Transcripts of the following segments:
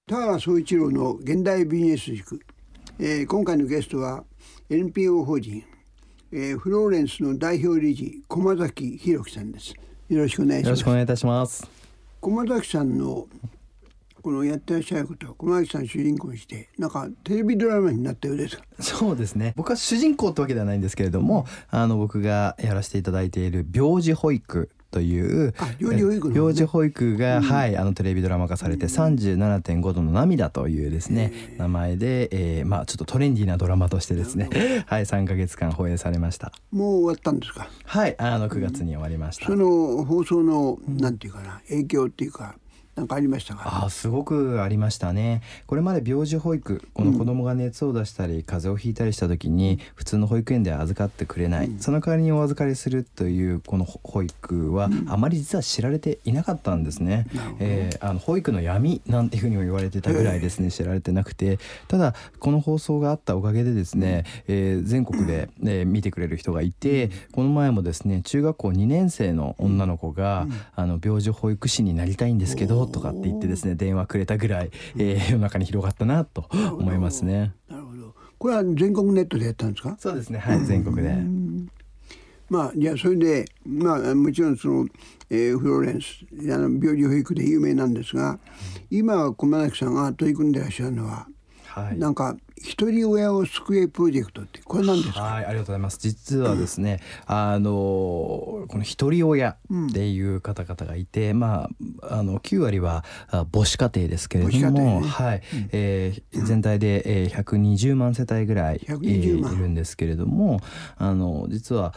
田原総一郎の現代ビジネス塾、今回のゲストは NPO 法人、フローレンスの代表理事駒崎弘樹さんです。よろしくお願いします。 よろしくお願いいたします。 駒崎さんのこのやってらっしゃることは、駒崎さん主人公にしてなんかテレビドラマになったようですか？ そうですね、僕は主人公ってわけではないんですけれども、僕がやらせていただいている病児保育という病児保育が、テレビドラマ化されて 37.5 度の涙というですね、名前で、ちょっとトレンディーなドラマとしてですね、3ヶ月間放映されました。 もう終わったんですか？ 9月に終わりました。 その放送のなんていうかな、影響っていうかなんかありましたか？ すごくありましたね。これまで病児保育、この子供が熱を出したり風邪をひいたりした時に普通の保育園では預かってくれない、その代わりにお預かりするというこの保育はあまり実は知られていなかったんですね。保育の闇なんていうふうにも言われてたぐらいですね、知られてなくて、ただこの放送があったおかげでですね、全国で、見てくれる人がいて、この前もですね、中学校2年生の女の子が、病児保育士になりたいんですけどとかって言ってですね、電話くれたぐらい、世の中に広がったなと思いますね。 なるほど。これは全国ネットでやったんですか？ そうですね、全国で。 じゃあそれで、もちろんその、フローレンス病児保育で有名なんですが、今は駒崎さんが取り組んでいらっしゃるのは、なんか一人親を救えプロジェクトって、これ何ですか？ ありがとうございます。実はですね、この一人親っていう方々がいて、9割は母子家庭ですけれども、全体で120万世帯ぐらいいるんですけれども、実は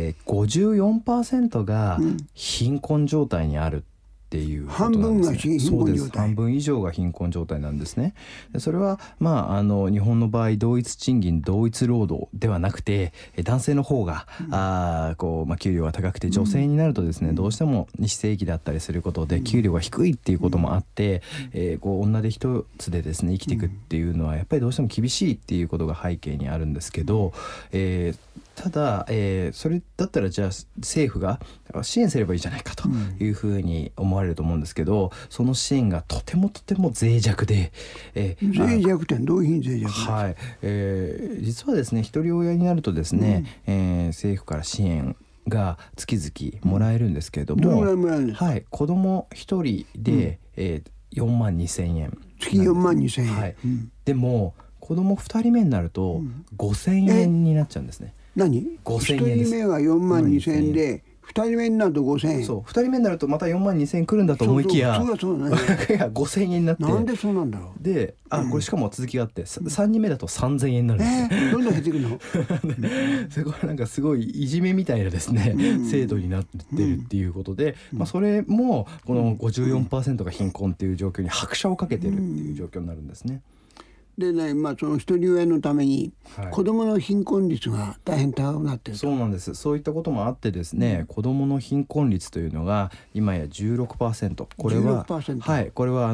54% が貧困状態にあるっていうことなんですね。 半分が貧困状態。 半分以上が貧困状態なんですね。それは日本の場合同一賃金同一労働ではなくて、男性の方が、給料が高くて、女性になるとですね、どうしても非正規だったりすることで給料が低いっていうこともあって、女手一つでですね生きていくっていうのはやっぱりどうしても厳しいっていうことが背景にあるんですけど、ただ、それだったらじゃあ政府が支援すればいいじゃないかというふうに思われると思うんですけど、その支援がとても脆弱で、 脆弱ってどういうふうに脆弱？ 実はですね、一人親になるとですね、政府から支援が月々もらえるんですけれども、 どのぐらいもらえるんですか？ 子供一人で、4万2000円月4万2000円、 でも子供2人目になると5000円になっちゃうんですね。 何 ？5000円です。 1人目は4万2000円で2人目になると5000円。 そう、2人目になるとまた4万2000円来るんだと思いきや、 そうだね 5000円になって、 なんでそうなんだろう。 でこれしかも続きがあって、3人目だと3000円になるんですよ。 どんどん減ってくるのそれなんかすごいいじめみたいなですね、制度になってるっていうことで、それもこの 54% が貧困っていう状況に拍車をかけてるっていう状況になるんですね。 でね、その一人親のために子どもの貧困率が大変高くなっていると。 そうなんです。そういったこともあってですね、子どもの貧困率というのが今や 16%。これは 16%、 これは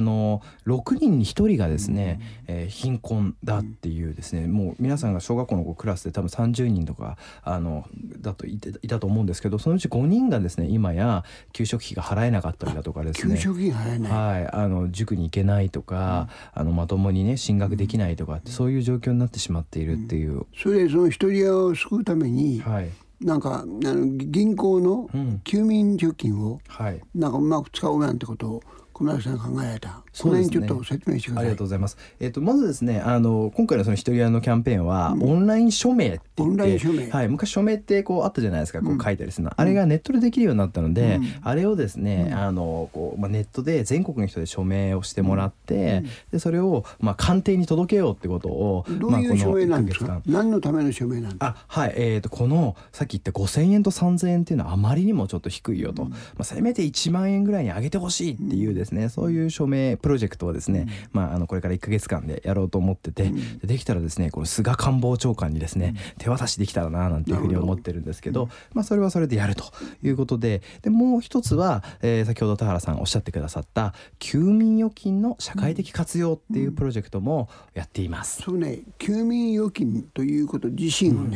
6人に1人がですね、貧困だっていうですね、もう皆さんが小学校のクラスで多分30人とかだといたと思うんですけど、そのうち5人がですね、今や給食費が払えなかったりだとかですね、 給食費払えない、 塾に行けないとか、まともにね進学できないとかって、そういう状況になってしまっているっていう、 それでその一人親を救うために、なんか銀行の休眠貯金をなんかうまく使おうなんてことを駒崎さんが考えられた。この辺ちょっと説明してください。 ありがとうございます。まずですね、今回のその一人親のキャンペーンはオンライン署名って言って、 オンライン署名、 昔署名ってあったじゃないですか、書いたりするの、あれがネットでできるようになったので、あれをですね、ネットで全国の人で署名をしてもらって、でそれを官邸に届けようってことを、 どういう署名なんですか？何のための署名なんですか？ このさっき言った5000円と3000円っていうのはあまりにもちょっと低いよと、せめて1万円ぐらいに上げてほしいっていうですね、そういう署名プロジェクトをですね、これから1ヶ月間でやろうと思ってて、できたらですね、この菅官房長官にですね、手渡しできたらななんていうふうに思ってるんですけど、それはそれでやるということで、もう一つは、先ほど田原さんおっしゃってくださった休眠預金の社会的活用っていうプロジェクトもやっています。 そうね、休眠預金ということ自身をね、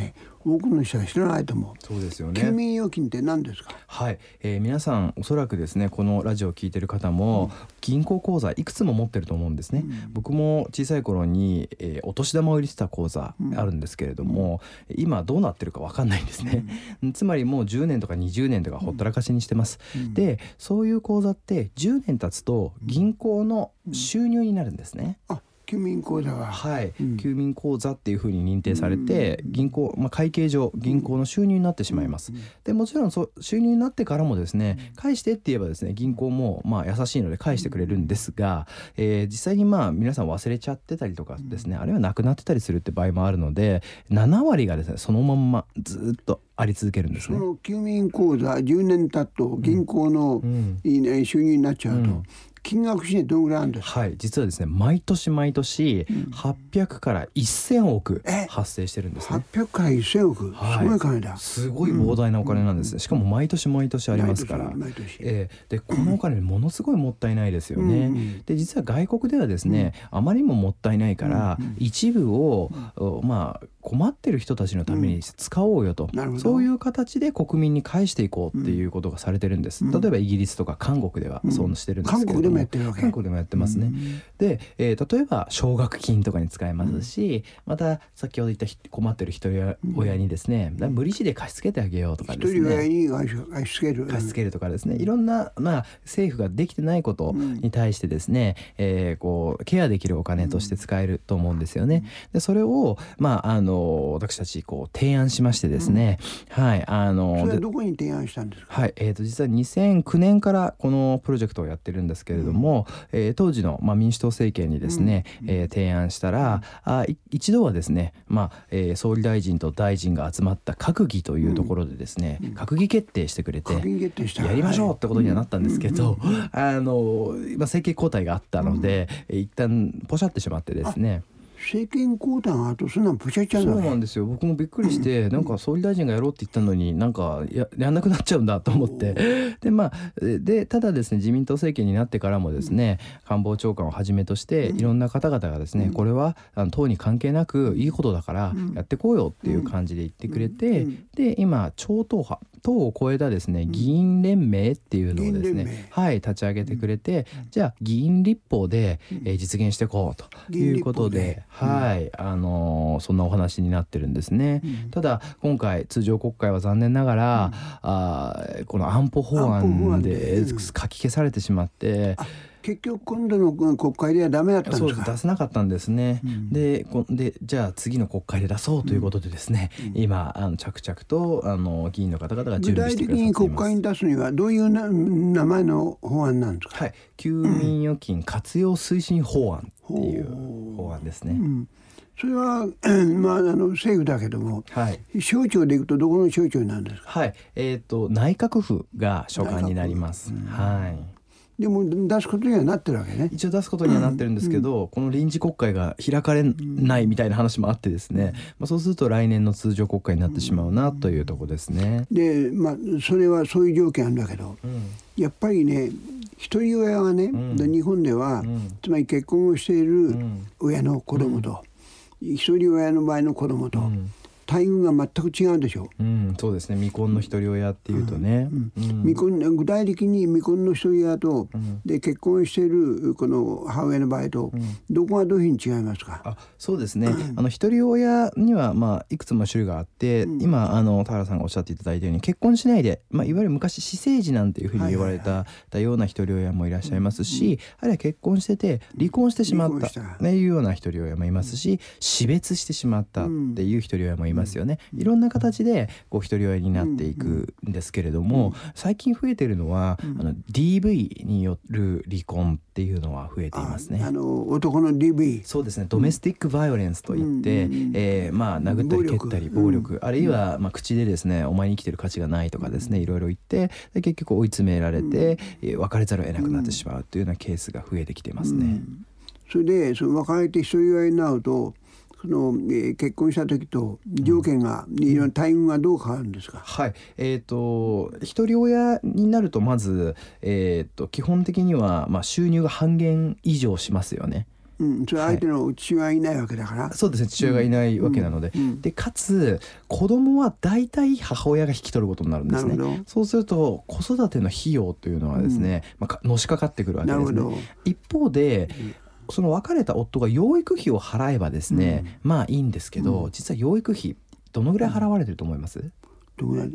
多くの人は知らないと思う。 そうですよね。 休眠預金って何ですか？ はい、皆さんおそらくですねこのラジオを聞いてる方も、銀行口座いくつも持ってると思うんですね、僕も小さい頃に、お年玉を入れてた口座あるんですけれども、今どうなってるか分かんないんですね、つまりもう10年とか20年とかほったらかしにしてます、でそういう口座って10年経つと銀行の収入になるんですね、 休眠口座は、 はい、休眠口座っていうふうに認定されて、銀行、会計上銀行の収入になってしまいます、でもちろん収入になってからもですね、返してって言えばですね銀行も優しいので返してくれるんですが、実際に皆さん忘れちゃってたりとかですね、あるいはなくなってたりするって場合もあるので、7割がですねそのまんまずっとあり続けるんですね。 その休眠口座10年経つと銀行の、収入になっちゃうと、金額自体どのぐらいあるんですか？ はい、実はですね毎年800から1000億発生してるんですね。 800から1000億、すごい金だ。 すごい膨大なお金なんです、しかも毎年ありますから。でこのお金ものすごいもったいないですよね、で実は外国ではですね、あまりにももったいないから、一部を、困ってる人たちのために使おうよと、そういう形で国民に返していこうっていうことがされてるんです、例えばイギリスとか韓国ではそうしてるんですけれども、 韓国でもやってるわけ。 韓国でもやってますね、で、例えば奨学金とかに使えますし、また先ほど言った困ってる一人親にですね、無利子で貸し付けてあげようとかですね、 一人親に貸し付けるとかですね、いろんな、政府ができてないことに対してですね、ケアできるお金として使えると思うんですよね。でそれを、私たち提案しましてですね、はい、それはどこに提案したんですか？ はい、実は2009年からこのプロジェクトをやってるんですけれども、当時の、民主党政権にですね、提案したら、一度はですね、総理大臣と大臣が集まった閣議というところでですね、閣議決定してくれて、やりましょうってことにはなったんですけど、政権交代があったので、一旦ポシャってしまってですね、 政権交代があとそんなのポシャっちゃうんだね。 そうなんですよ。僕もびっくりして、なんか総理大臣がやろうって言ったのになんか やんなくなっちゃうんだと思ってでただですね、自民党政権になってからもですね、官房長官をはじめとしていろんな方々がですね、これは党に関係なくいいことだからやってこうよっていう感じで言ってくれて、で今超党派党を超えたですね議員連盟っていうのをですね、立ち上げてくれて、じゃあ議員立法で実現していこうということで、そんなお話になってるんですね。ただ今回通常国会は残念ながら、この安保法案で書き消されてしまって、 結局今度の国会ではダメだったんですか？ そう出せなかったんですね、でじゃあ次の国会で出そうということでですね、今着々と議員の方々が準備してくださっています。具体的に国会に出すにはどういう名前の法案なんですか？ はい、休眠預金活用推進法案っていう法案ですね。 それは、政府だけども、省庁でいくとどこの省庁になるんですか？ はい、内閣府が所管になります。 でも出すことにはなってるわけね。 一応出すことにはなってるんですけど、この臨時国会が開かれないみたいな話もあってですね、そうすると来年の通常国会になってしまうなというところですね。 で、それはそういう条件あるんだけど、やっぱりね、一人親がね、日本では、つまり結婚をしている親の子供と、一人親の場合の子供と、待遇が全く違うでしょ。 そうですね、未婚の一人親っていうとね、 具体的に未婚の一人親と、で結婚しているこの母親の場合と、どこがどういうふうに違いますか？ そうですね、一人親にはいくつも種類があって、今田原さんがおっしゃっていただいたように結婚しないで、いわゆる昔私生児なんていうふうに言われたような一人親もいらっしゃいますし、あるいは結婚してて離婚してしまったというような一人親もいますし、死別してしまったっていう一人親もいますよね。いろんな形で一人親になっていくんですけれども、最近増えているのはDV による離婚っていうのは増えていますね。 男の DV、 そうですね、ドメスティックバイオレンスといって、殴ったり蹴ったり暴力、あるいは口でですね、お前に生きてる価値がないとかですね、いろいろ言って結局追い詰められて、別れざるを得なくなってしまうというようなケースが増えてきてますね。 それで別れて一人親になると、結婚した時と条件が、待遇がどう変わるんですか？ はい、一人親になるとまず、基本的には収入が半減以上しますよね。 それ相手の父親がいないわけだから、 そうですね、父親がいないわけなので、でかつ子供は大体母親が引き取ることになるんですね。そうすると子育ての費用というのはですね、のしかかってくるわけですね。一方で、その別れた夫が養育費を払えばですね、まあいいんですけど、実は養育費どのぐらい払われてると思います？ どのぐらい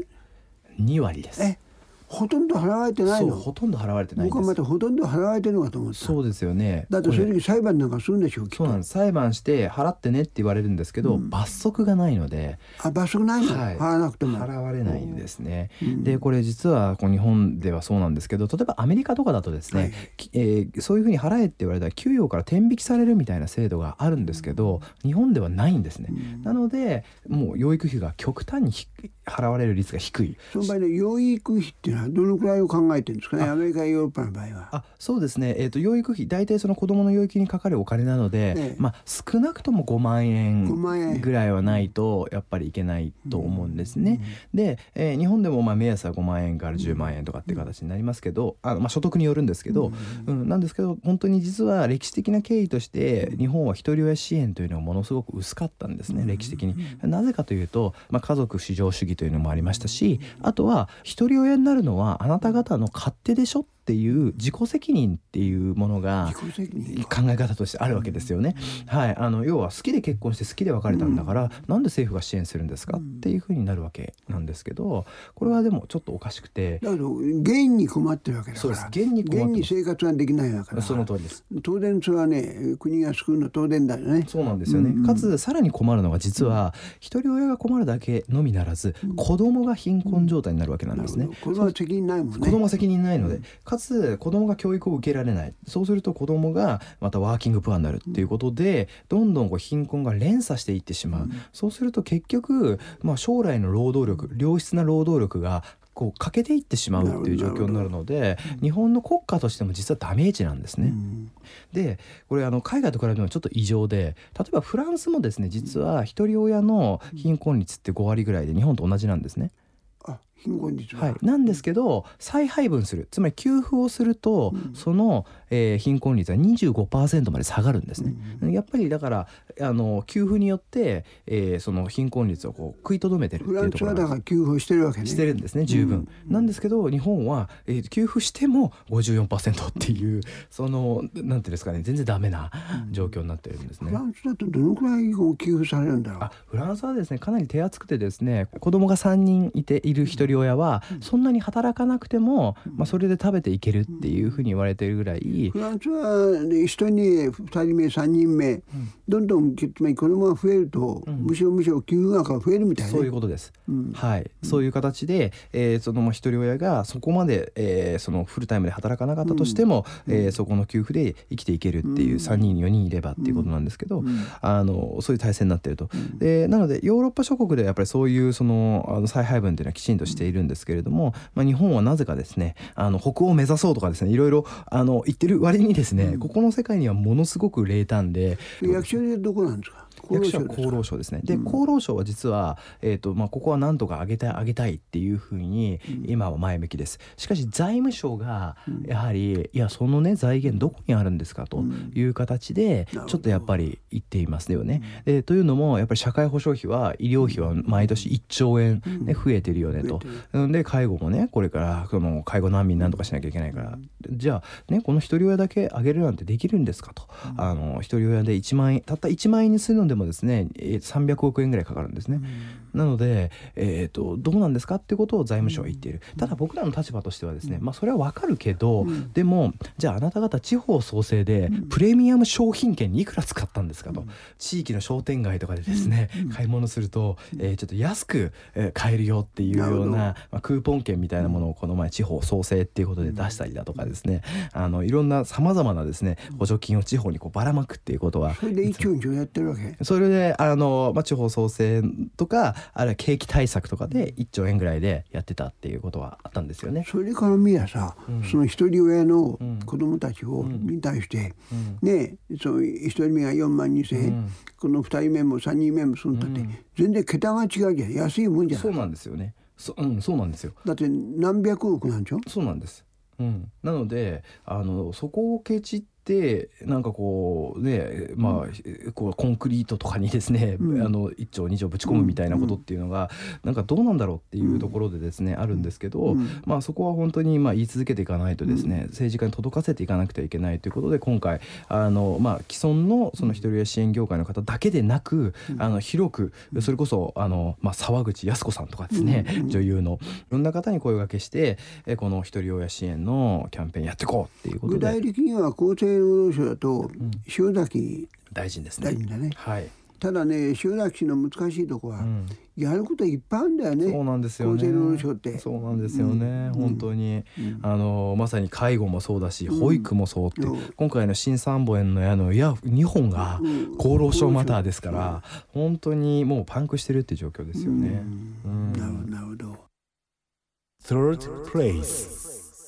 ？2割です。 ほとんど払われてないの？ そう、ほとんど払われてないんです。 僕はまたほとんど払われてるのかと思った。 そうですよね。 だってそれに裁判なんかするんでしょう、きっと。 そうなんです。裁判して払ってねって言われるんですけど、罰則がないので。 罰則ないの？払わなくても払われないんですね。でこれ実は日本ではそうなんですけど、例えばアメリカとかだとですね、そういうふうに払えって言われたら給与から天引きされるみたいな制度があるんですけど、日本ではないんですね。なのでもう養育費が極端に払われる率が低い。 その場合の養育費っていうのはどのくらいを考えてるんですかね、アメリカヨーロッパの場合は。 そうですね、養育費大体その子どもの養育にかかるお金なので、少なくとも5万円ぐらいはないとやっぱりいけないと思うんですね。で、日本でも目安は5万円から10万円とかっていう形になりますけど、所得によるんですけど、なんですけど本当に実は歴史的な経緯として日本は一人親支援というのがものすごく薄かったんですね、歴史的に。なぜかというと、家族至上主義というのもありましたし、あとは一人親になるのはあなた方の勝手でしょっていう自己責任っていうものが考え方としてあるわけですよね。要は好きで結婚して好きで別れたんだから、なんで政府が支援するんですかっていうふうになるわけなんですけど、これはでもちょっとおかしくて、 だけど現に困ってるわけだから。そうです、現に生活ができないわけだから。 その通りです。 当然それはね、国が救うの当然だよね。 そうなんですよね。かつさらに困るのが、実は一人親が困るだけのみならず、子供が貧困状態になるわけなんですね。 子供は責任ないもんね。 子供は責任ないので、かつ子供が教育を受けられない。そうすると子供がまたワーキングプアになるっていうことで、どんどん貧困が連鎖していってしまう。そうすると結局、将来の労働力、良質な労働力が欠けていってしまうっていう状況になるので、日本の国家としても実はダメージなんですね。でこれ海外と比べてもちょっと異常で、例えばフランスもですね、実は一人親の貧困率って5割ぐらいで日本と同じなんですね。 貧困率は、 なんですけど再配分する、つまり給付をすると、その、貧困率は 25% まで下がるんですね。やっぱりだから給付によって、その貧困率を食いとどめてるっていうところ。 フランスはだから給付をしてるわけね。 してるんですね、十分。なんですけど日本は、給付しても 54% っていう、そのなんていうんですかね、全然ダメな状況になってるんですね。 フランスだとどのくらい給付されるんだろう。 フランスはですね、かなり手厚くてですね、子供が3人いる一人親はそんなに働かなくても、それで食べていけるっていうふうに言われているぐらい。 フランスは1人2人目3人目、どんどんつまり子供が増えると、むしろ給付額が増えるみたいな、 そういうことです。そういう形で、その一人親がそこまで、そのフルタイムで働かなかったとしても、そこの給付で生きていけるっていう、3人4人いればっていうことなんですけど、そういう体制になっていると。でなのでヨーロッパ諸国ではやっぱりそういう再配分っていうのはきちんとしているんですけれども、日本はなぜかですね、北欧を目指そうとかですね、いろいろ言ってる割にですね、ここの世界にはものすごく冷淡で。 役所でどこなんですか？ 役所は厚労省ですね。で、厚労省は実は、ここはなんとか上げたいっていうふうに今は前向きです。しかし財務省がやはり、いやそのね財源どこにあるんですかという形でちょっとやっぱり言っていますよね。というのもやっぱり社会保障費は医療費は毎年1兆円、増えてるよねと。で介護もね、これから介護難民なんとかしなきゃいけないから、じゃあねこの一人親だけ上げるなんてできるんですかと。一人親で1万円、たった1万円にするのでもですね、300億円ぐらいかかるんですね。なので、どうなんですかっていうことを財務省は言っている。ただ僕らの立場としてはですね、それはわかるけど、でもじゃああなた方地方創生でプレミアム商品券にいくら使ったんですかと。地域の商店街とかでですね、買い物すると、ちょっと安く買えるよっていうような、クーポン券みたいなものをこの前地方創生っていうことで出したりだとかですね、いろんなさまざまなですね補助金を地方にばらまくっていうことは、 それで一応やってるわけ。 それで地方創生とか、あるいは景気対策とかで1兆円ぐらいでやってたっていうことはあったんですよね。 それから見りゃさ、その一人親の子供たちに対して、その一人目が4万2千円、この2人目も3人目もそのだって、全然桁が違うじゃん。安いもんじゃない。 そうなんですよね。そうなんですよ。 だって何百億なんでしょ。 そうなんです。なのでそこをケチっててなんかこうね、こうコンクリートとかにですね、1丁2丁ぶち込むみたいなことっていうのが、なんかどうなんだろうっていうところでですね、あるんですけど、そこは本当に言い続けていかないとですね、政治家に届かせていかなくてはいけないということで、今回既存のその一人親支援業界の方だけでなく、広くそれこそ沢口靖子さんとかですね、女優のいろんな方に声を掛けして、この一人親支援のキャンペーンやっていこうっていうことで、 具体的には厚生労働省だと塩崎大臣ですね。 大臣だね。 はい。 ただね、塩崎氏の難しいとこは、やることいっぱいあるんだよね。 そうなんですよね。 厚生労働省って。 そうなんですよね。本当に、まさに介護もそうだし、保育もそうって、今回の新三本の矢の2本が厚労省マターですから、本当にもうパンクしてるっていう状況ですよね。 なるほど。 Third place。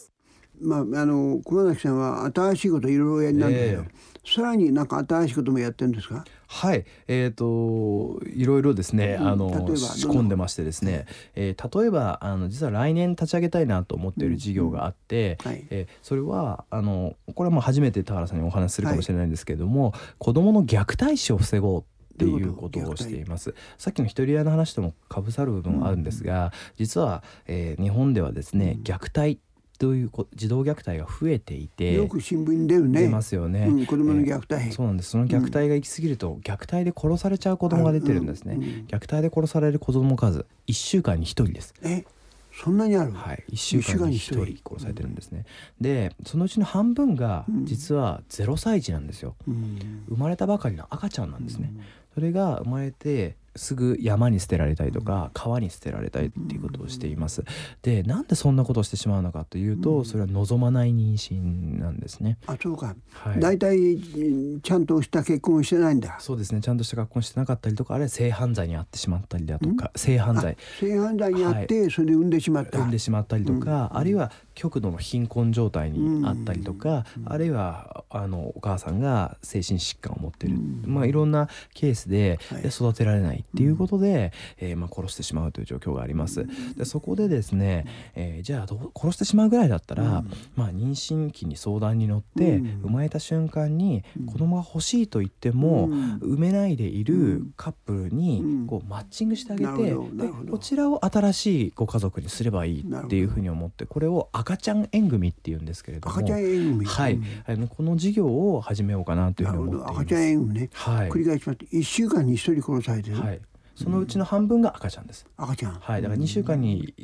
熊崎さんは新しいこといろいろやりなんだけど、さらになんか新しいこともやってるんですか？ はい、いろいろですね、仕込んでましてですね、例えば実は来年立ち上げたいなと思っている事業があって、それはこれは初めて田原さんにお話しするかもしれないんですけれども、子どもの虐待死を防ごうっていうことをしています。さっきの一人親の話ともかぶさる部分はあるんですが、実は、日本ではですね、虐待という児童虐待が増えていて、 よく新聞に出るね。 出ますよね。 子どもの虐待、 そうなんです。その虐待が行き過ぎると、虐待で殺されちゃう子どもが出てるんですね。虐待で殺される子ども数1週間に1人です。 そんなにある？ はい、1週間に1人殺されてるんですね。でそのうちの半分が実は0歳児なんですよ。生まれたばかりの赤ちゃんなんですね。それが生まれてすぐ山に捨てられたりとか川に捨てられたりっていうことをしています。でなんでそんなことをしてしまうのかというと、それは望まない妊娠なんですね。 そうか。だいたいちゃんとした結婚をしてないんだ。 そうですね。ちゃんとした結婚してなかったりとか、あるいは性犯罪に遭ってしまったりだとか、性犯罪にあって、それで産んでしまったりとか、あるいは極度の貧困状態にあったりとか、あるいはお母さんが精神疾患を持っている、いろんなケースで育てられないっていうことで、殺してしまうという状況があります。でそこでですね、じゃあ殺してしまうぐらいだったら、妊娠期に相談に乗って、生まれた瞬間に子供が欲しいと言っても、産めないでいるカップルにこうマッチングしてあげて、でこちらを新しいご家族にすればいいっていうふうに思って、これを赤ちゃん縁組っていうんですけれども、 赤ちゃん縁組、 はい、この事業を始めようかなというふうに思っています。 赤ちゃん縁組ね、繰り返しますと1週間に1人殺されてる、 そのうちの半分が赤ちゃんです。 赤ちゃん、 だから2週間に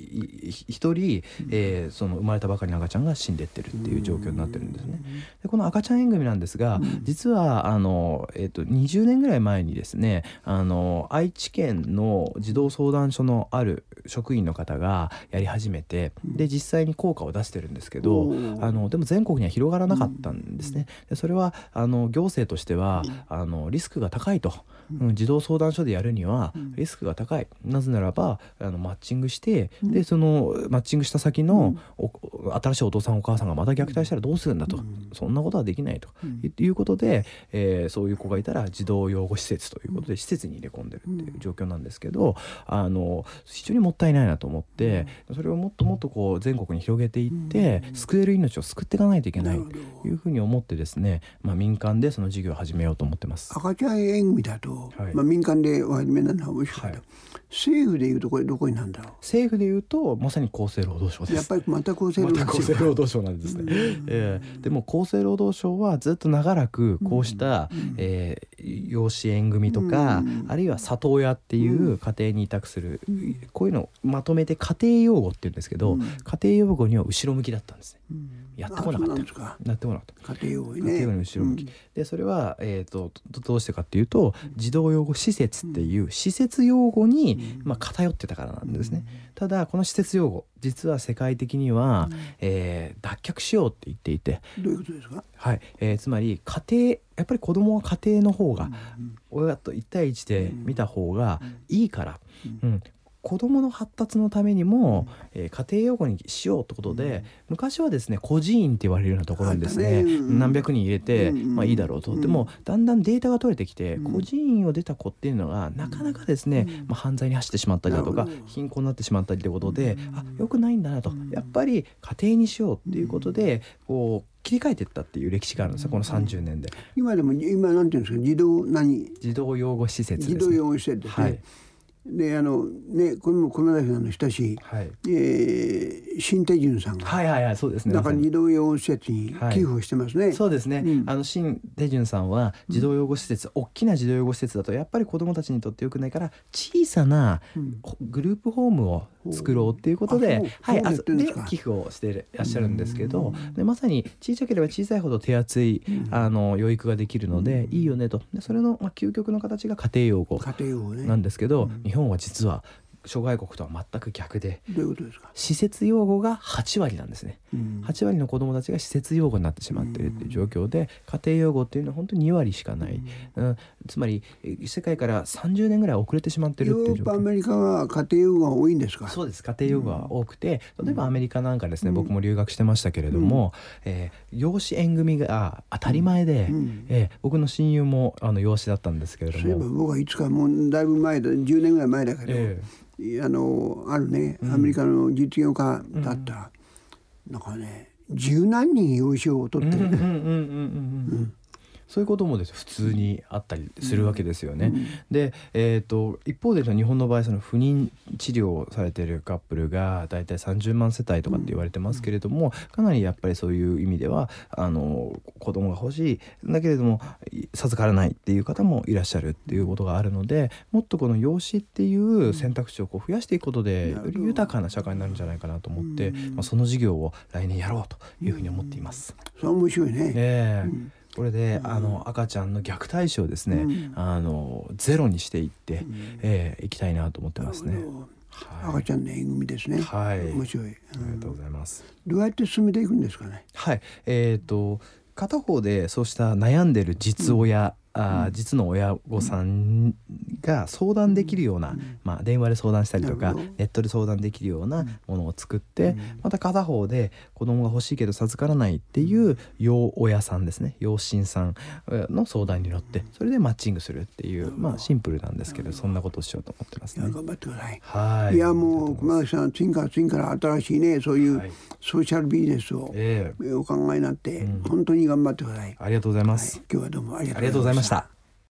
1人、その生まれたばかりの赤ちゃんが死んでってるっていう状況になってるんですね。でこの赤ちゃん縁組なんですが、実は20年ぐらい前にですね、愛知県の児童相談所のある職員の方がやり始めて、で実際に効果を出してるんですけど、でも全国には広がらなかったんですね。でそれは行政としてはリスクが高いと、児童相談所でやるにはリスクが高い、なぜならばマッチングして、でそのマッチングした先の新しいお父さんお母さんがまた虐待したらどうするんだと、そんなことはできないということで、そういう子がいたら児童養護施設ということで施設に入れ込んでるっていう状況なんですけど、非常にもったいないなと思って、それをもっともっとこう全国に広げていって、救える命を救っていかないといけないというふうに思ってですね、民間でその事業を始めようと思ってます。 赤ちゃん縁組だと、民間でお始めなのは面白いけど、政府でいうとこれどこになんだろう。 政府でいうとまさに厚生労働省です。 やっぱりまた厚生労働省なんですね。でも厚生労働省はずっと長らくこうした、養子縁組とか、あるいは里親っていう家庭に委託する、こういうのをまとめて家庭養護って言うんですけど、家庭養護には後ろ向きだったんですね。やってこなかった。やってこなかった。 家庭養護ね。 家庭養護に後ろ向き。でそれはどうしてかっていうと、児童養護施設っていう施設養護に偏ってたからなんですね。ただこの施設養護、実は世界的には脱却しようって言っていて。 どういうことですか？ はい、つまり家庭、やっぱり子供は家庭の方が、親と1対1で見た方がいいから、 子どもの発達のためにも、家庭用語にしようってことで、昔はですね孤児院って言われるようなところにですね、何百人入れて、いいだろうと。でもだんだんデータが取れてきて、孤児院を出た子っていうのがなかなかですね、犯罪に走ってしまったりだとか貧困になってしまったりということで、良くないんだなと、やっぱり家庭にしようっていうことでこう切り替えていったっていう歴史があるんですよ、この30年で。 今なんていうんですか、児童養護施設ですね。 児童養護施設ですね。でこれも小村さんの親しい、新手順さんが、 そうですね。 だから児童養護施設に寄付をしてますね。 そうですね。新手順さんは児童養護施設、大きな児童養護施設だとやっぱり子どもたちにとってよくないから、小さなグループホームを作ろうっていうことで、で寄付をしていらっしゃるんですけど、でまさに小さければ小さいほど手厚い養育ができるのでいいよねと。でそれの究極の形が家庭養護なんですけど、日本は実は諸外国とは全く逆で、 どういうことですか？ 施設養護が8割なんですね。8割の子どもたちが施設養護になってしまっているという状況で、家庭養護っていうのは本当に2割しかない、つまり世界から30年ぐらい遅れてしまっているっていう状況。 ヨーロッパ、アメリカは家庭養護が多いんですか？ そうです、家庭養護が多くて、例えばアメリカなんかですね、僕も留学してましたけれども、養子縁組が当たり前で、僕の親友も養子だったんですけれども、 そういえば僕はいつかもうだいぶ前だ、10年ぐらい前だけど、あるねアメリカの実業家だったら、なんかね十何人養子を取ってる、 そういうこともです普通にあったりするわけですよね。で、一方で日本の場合、その不妊治療をされているカップルがだいたい30万世帯とかって言われてますけれども、かなりやっぱりそういう意味では子供が欲しいんだけれども授からないっていう方もいらっしゃるっていうことがあるので、もっとこの養子っていう選択肢を増やしていくことでより豊かな社会になるんじゃないかなと思って、その事業を来年やろうというふうに思っています。 それは面白いね。 これで赤ちゃんの虐待死をですね、ゼロにしていって、いきたいなと思ってますね。 赤ちゃんの縁組ですね。面白い。ありがとうございます。 どうやって進めていくんですかね。 片方でそうした悩んでる実親、実の親御さんが相談できるような、電話で相談したりとかネットで相談できるようなものを作って、また片方で子供が欲しいけど授からないっていう養親さんですね、養親さんの相談に乗って、それでマッチングするっていう、シンプルなんですけど、そんなことをしようと思ってますね。 頑張ってください。いやもう熊崎さん、次から新しいね、そういうソーシャルビジネスをお考えになって、本当に頑張ってください。 ありがとうございます。 今日はどうもありがとうございました。